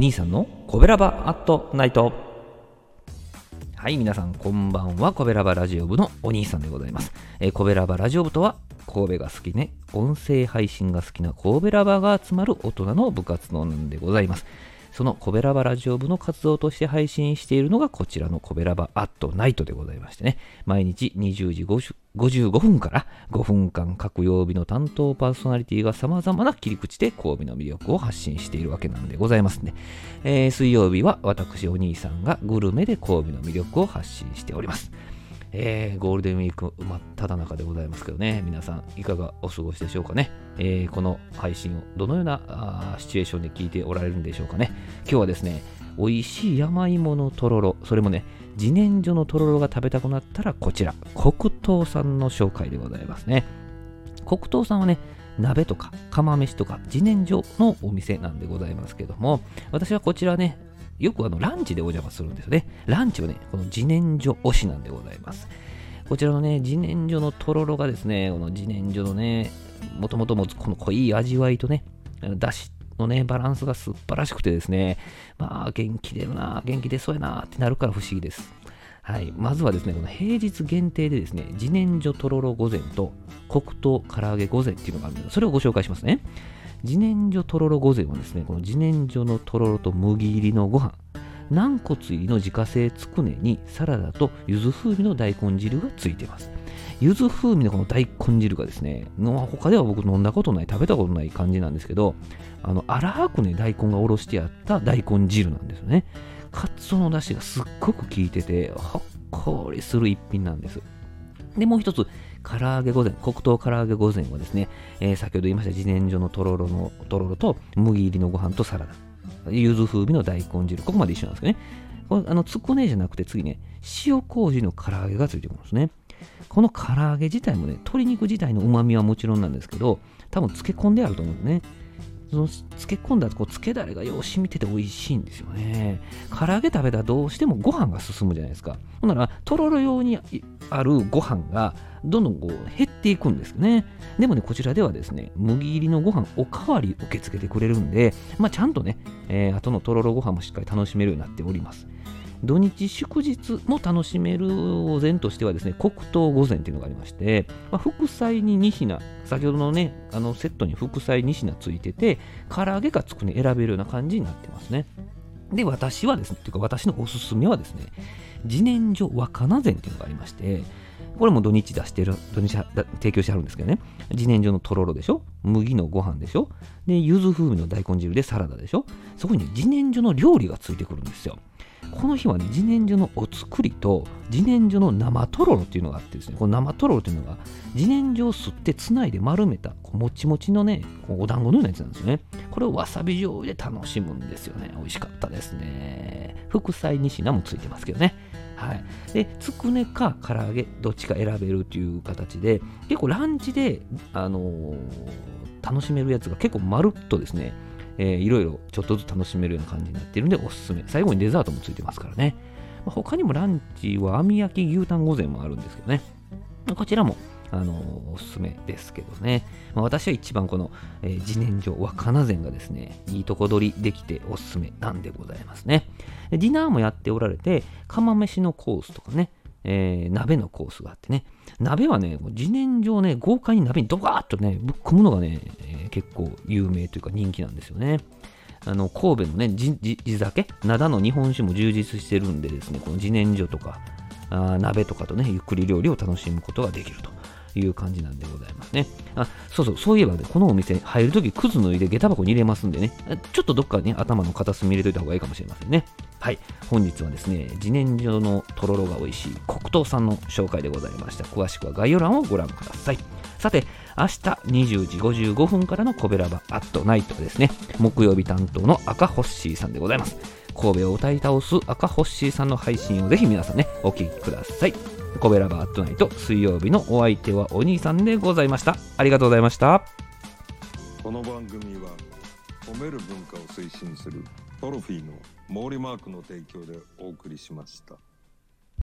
兄さんのコベラバアットナイト。はい、皆さんこんばんは。コベラバラジオ部のお兄さんでございます。コベラバラジオ部とは、神戸が好きね、音声配信が好きな神戸ラバーが集まる大人の部活動なんでございます。そのコベラバラジオ部の活動として配信しているのがこちらのコベラバアットナイトでございましてね、毎日20時55分から5分間各曜日の担当パーソナリティが様々な切り口で神戸の魅力を発信しているわけなんでございますね。水曜日は私お兄さんがグルメで神戸の魅力を発信しております。ゴールデンウィーク真っ只中でございますけどね、皆さんいかがお過ごしでしょうかね。この配信をどのようなシチュエーションで聞いておられるんでしょうかね。今日はですね、美味しい山芋のとろろ、それもね、自然薯のとろろが食べたくなったらこちら、黒糖さんの紹介でございますね。黒糖さんはね、鍋とか釜飯とか自然薯のお店なんでございますけども、私はこちらね、よくランチでお邪魔するんですよね。ランチはね、この自然薯推しなんでございます。こちらのね、自然薯のとろろがですね、この自然薯のね、もともともこの濃い味わいとね、だしのね、バランスが素晴らしくてですね、まあ、元気出るな、元気出そうやなってなるから不思議です。はい。まずはですね、この平日限定でですね、自然薯とろろ御膳と黒糖唐揚げ御膳っていうのがあるので、それをご紹介しますね。自然薯とろろ御膳はですね、この自然薯のとろろと麦入りのご飯、軟骨入りの自家製つくねにサラダと柚子風味の大根汁がついています。柚子風味のこの大根汁がですね、他では僕飲んだことない、食べたことない感じなんですけど、粗くね、大根がおろしてあった大根汁なんですよね。カツオの出汁がすっごく効いてて、ほっこりする一品なんです。で、もう一つ、唐揚げ御膳、黒糖唐揚げ御膳はですね、先ほど言いました自然薯のとろろと麦入りのご飯とサラダ、柚子風味の大根汁、ここまで一緒なんですけどね。これつくねじゃなくて次ね、塩麹の唐揚げがついてくるんですね。この唐揚げ自体もね、鶏肉自体の旨味はもちろんなんですけど、多分漬け込んであると思うんですね。その漬け込んだ漬けだれがよう染みてて美味しいんですよね。唐揚げ食べたらどうしてもご飯が進むじゃないですか。ほんなら、とろろ用にあるご飯がどんどん減っていくんですよね。でもね、こちらではですね、麦入りのご飯おかわり受け付けてくれるんで、ちゃんとね、後のとろろご飯もしっかり楽しめるようになっております。土日祝日も楽しめるお膳としてはですね、黒糖御膳っていうのがありまして、副菜に2品、先ほどのね、セットに副菜2品ついてて、唐揚げかつくね選べるような感じになってますね。で、私はですね、というか私のおすすめはですね、自然薯若菜膳っていうのがありまして、これも土日提供してあるんですけどね、自然薯のとろろでしょ、麦のご飯でしょ、で、柚子風味の大根汁でサラダでしょ、そこに、ね、自然薯の料理がついてくるんですよ。この日はね、自然薯のお作りと自然薯の生とろろっていうのがあってですね、この生とろろっていうのが自然薯を吸ってつないで丸めたもちもちのね、お団子のようなやつなんですよね。これをわさび醤油で楽しむんですよね。美味しかったですね。副菜2品もついてますけどね。はい。で、つくねか唐揚げ、どっちか選べるという形で、結構ランチで、楽しめるやつが結構まるっとですね、いろいろちょっとずつ楽しめるような感じになっているんでおすすめ。最後にデザートもついてますからね。他にもランチは網焼き牛タン御膳もあるんですけどね。こちらもおすすめですけどね。私は一番この、自然薯若菜膳がですね、いいとこ取りできておすすめなんでございますね。ディナーもやっておられて、釜飯のコースとかね、鍋のコースがあってね、鍋はね、自然薯をね、豪快に鍋にドカーッとね、ぶっ込むのがね、結構有名というか人気なんですよね。神戸のね、地酒、灘の日本酒も充実してるんでですね、この自然薯とか、鍋とかとね、ゆっくり料理を楽しむことができるという感じなんでございますね。そういえばね、このお店入るとき、くず脱いで下駄箱に入れますんでね、ちょっとどっかね、頭の片隅入れといた方がいいかもしれませんね。はい。本日はですね、自然薯のとろろが美味しい黒糖さんの紹介でございました。詳しくは概要欄をご覧ください。さて、明日20時55分からのコベラバアットナイトですね、木曜日担当の赤ホッシーさんでございます。神戸を歌い倒す赤ホッシーさんの配信をぜひ皆さんね、お聞きください。コベラバアットナイト水曜日のお相手はお兄さんでございました。ありがとうございました。 この番組は褒める文化を推進するトロフィーの毛利マークの提供でお送りしました。